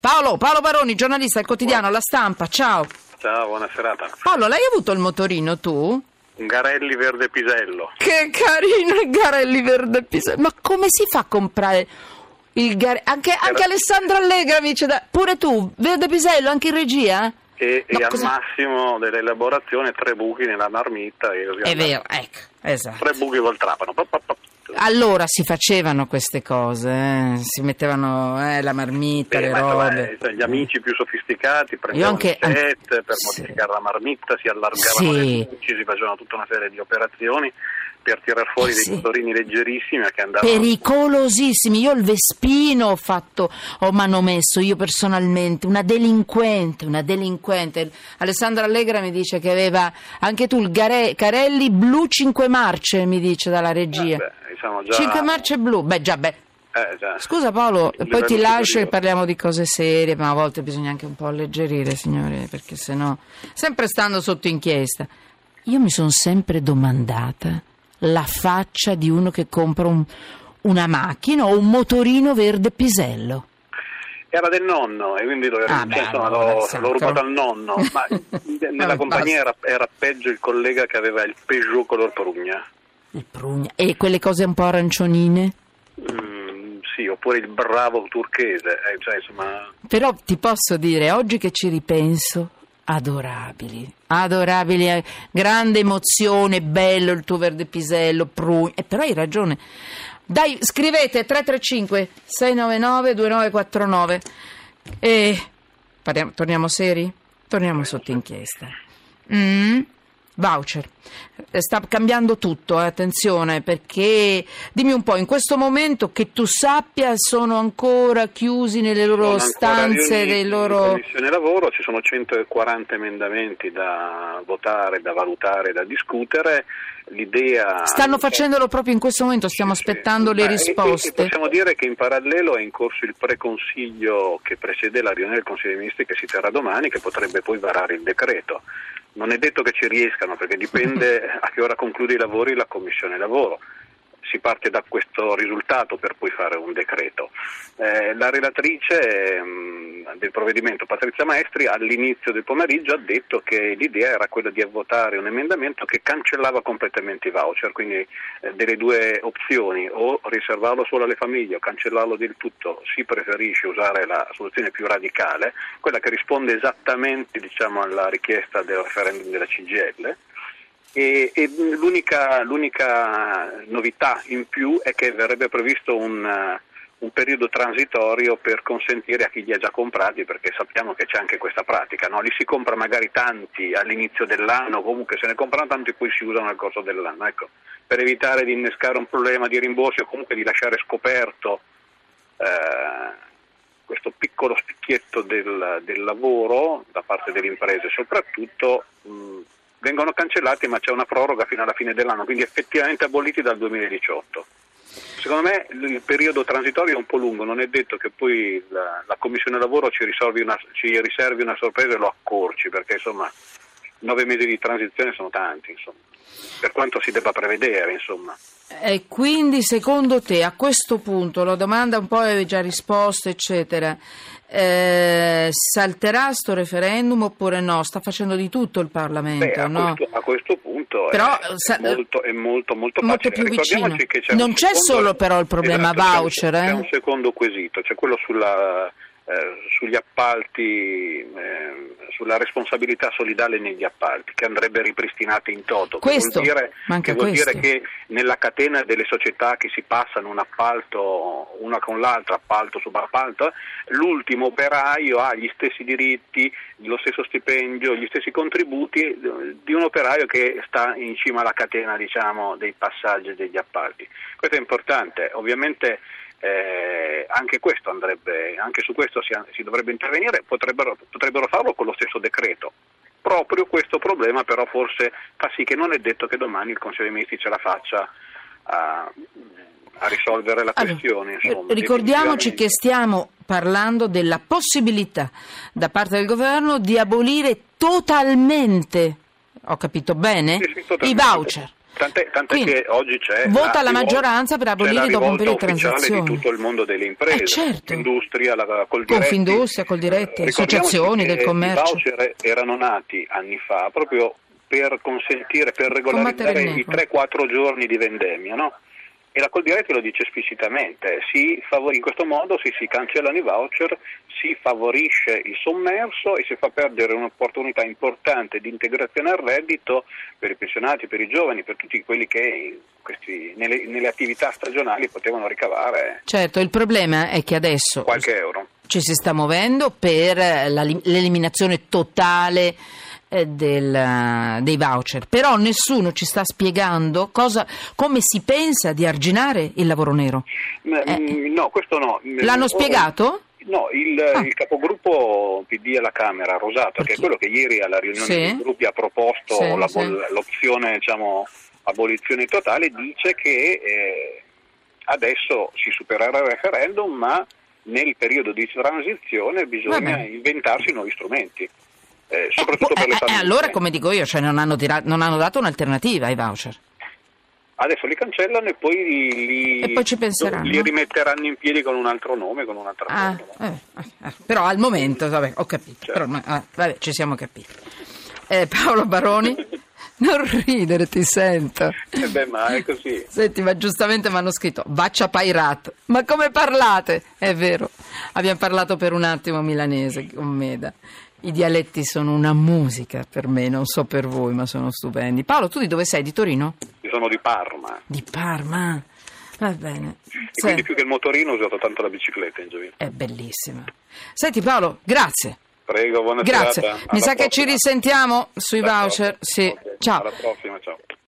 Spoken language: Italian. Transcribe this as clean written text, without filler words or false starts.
Paolo Baroni, giornalista del quotidiano La Stampa, ciao. Ciao, buona serata. Paolo, l'hai avuto il motorino tu? Un Garelli verde pisello. Che carino il Garelli verde pisello. Ma come si fa a comprare il Garelli? Anche Alessandro Allegra mi dice, pure tu, verde pisello, anche in regia? E al massimo dell'elaborazione 3 buchi nella marmitta. È vero, ecco, esatto. 3 buchi col trapano. Allora si facevano queste cose, si mettevano la marmitta, le robe. Gli amici più sofisticati prendevano il set per modificare la marmitta, si allargavano le luci, si facevano tutta una serie di operazioni per tirar fuori dei motorini leggerissimi che andavano pericolosissimi. Io il Vespino ho manomesso io personalmente, una delinquente. Alessandra Allegra mi dice che aveva anche tu il Garelli blu 5 marce, mi dice dalla regia. Già 5 marce blu, già. Scusa Paolo, poi ti lascio e parliamo di cose serie, ma a volte bisogna anche un po' alleggerire, signore, perché sennò sempre stando sotto inchiesta. Io mi sono sempre domandata la faccia di uno che compra una macchina o un motorino verde pisello. Era del nonno e quindi l'ho rubato al nonno, ma nella compagnia era peggio il collega che aveva il Peugeot color prugna. Il prugna. E quelle cose un po' arancionine? Sì, oppure il bravo turchese, insomma. Però ti posso dire, oggi che ci ripenso, adorabili, grande emozione, bello il tuo verde pisello, prugna. Però hai ragione. Dai, scrivete 335 699 2949 e torniamo seri? Torniamo sotto inchiesta. Voucher. Sta cambiando tutto, attenzione, perché dimmi un po', in questo momento che tu sappia sono ancora chiusi nelle loro stanze dei loro... In Commissione Lavoro ci sono 140 emendamenti da votare, da valutare, da discutere. L'idea... Stanno facendolo proprio in questo momento, stiamo aspettando le risposte. E possiamo dire che in parallelo è in corso il preconsiglio che precede la riunione del Consiglio dei Ministri che si terrà domani, che potrebbe poi varare il decreto. Non è detto che ci riescano, perché dipende a che ora conclude i lavori la Commissione Lavoro. Si parte da questo risultato per poi fare un decreto. La relatrice del provvedimento, Patrizia Maestri, all'inizio del pomeriggio ha detto che l'idea era quella di votare un emendamento che cancellava completamente i voucher, quindi delle due opzioni, o riservarlo solo alle famiglie o cancellarlo del tutto. Si preferisce usare la soluzione più radicale, quella che risponde esattamente alla richiesta del referendum della CGIL. E l'unica novità in più è che verrebbe previsto un periodo transitorio per consentire a chi li ha già comprati, perché sappiamo che c'è anche questa pratica, no? Li si compra magari tanti all'inizio dell'anno, comunque se ne comprano tanti e poi si usano nel corso dell'anno. Ecco, per evitare di innescare un problema di rimborsi o comunque di lasciare scoperto questo piccolo spicchietto del lavoro da parte delle imprese soprattutto, vengono cancellati, ma c'è una proroga fino alla fine dell'anno, quindi effettivamente aboliti dal 2018. Secondo me il periodo transitorio è un po' lungo, non è detto che poi la Commissione Lavoro ci riservi una sorpresa e lo accorci, perché 9 mesi di transizione sono tanti, per quanto si debba prevedere, E quindi secondo te a questo punto, la domanda un po' avevi già risposto, eccetera, salterà sto referendum oppure no? Sta facendo di tutto il Parlamento, no? A questo punto però, è molto facile. Più vicino. Che non c'è solo però il problema voucher. C'è un secondo quesito, c'è quello sugli appalti, sulla responsabilità solidale negli appalti, che andrebbe ripristinata in toto. Questo, che vuol dire che nella catena delle società che si passano un appalto una con l'altra, appalto subappalto, l'ultimo operaio ha gli stessi diritti, lo stesso stipendio, gli stessi contributi di un operaio che sta in cima alla catena, dei passaggi degli appalti. Questo è importante, ovviamente. Anche su questo si dovrebbe intervenire, potrebbero farlo con lo stesso decreto. Proprio questo problema però forse fa sì che non è detto che domani il Consiglio dei Ministri ce la faccia a risolvere la questione. Ricordiamoci che stiamo parlando della possibilità da parte del governo di abolire totalmente, ho capito bene, sì, i voucher. Tant'è Quindi, che oggi c'è vota la maggioranza per abolire i dopo le transazioni. Di tutto il mondo delle imprese, certo. Industria, Confindustria, Coldiretti, associazioni del commercio. I voucher erano nati anni fa proprio per consentire, per regolarizzare i 3-4 giorni di vendemmia, no? E la Coldiretti lo dice esplicitamente, in questo modo si cancellano i voucher, si favorisce il sommerso e si fa perdere un'opportunità importante di integrazione al reddito per i pensionati, per i giovani, per tutti quelli che nelle attività stagionali potevano ricavare. Certo, il problema è che adesso qualche euro ci si sta muovendo per l'eliminazione totale dei voucher, però nessuno ci sta spiegando come si pensa di arginare il lavoro nero. No, questo no. L'hanno spiegato? No, il capogruppo PD alla Camera, Rosato, che è quello che ieri alla riunione dei gruppi ha proposto l'opzione, abolizione totale, dice che adesso si supererà il referendum, ma nel periodo di transizione bisogna inventarsi nuovi strumenti. Soprattutto per le famiglie. Allora, come dico io, non hanno dato un'alternativa ai voucher. Adesso li cancellano e poi ci penseranno. Li rimetteranno in piedi con un altro nome, con un'altra forma. Però al momento, ho capito. Certo. Però, ci siamo capiti. Paolo Baroni, non ridere, ti sento. Ma è così. Senti, ma giustamente mi hanno scritto Vaccia Pairat. Ma come parlate? È vero, abbiamo parlato per un attimo milanese con Meda. I dialetti sono una musica per me, non so per voi, ma sono stupendi. Paolo, tu di dove sei? Di Torino? Io sono di Parma. Di Parma? Va bene. E quindi più che il motorino ho usato tanto la bicicletta in giovedì. È bellissima. Senti Paolo, grazie. Prego, buona serata. Grazie. Mi sa che ci risentiamo sui voucher. Sì. Okay. Ciao. Alla prossima, ciao.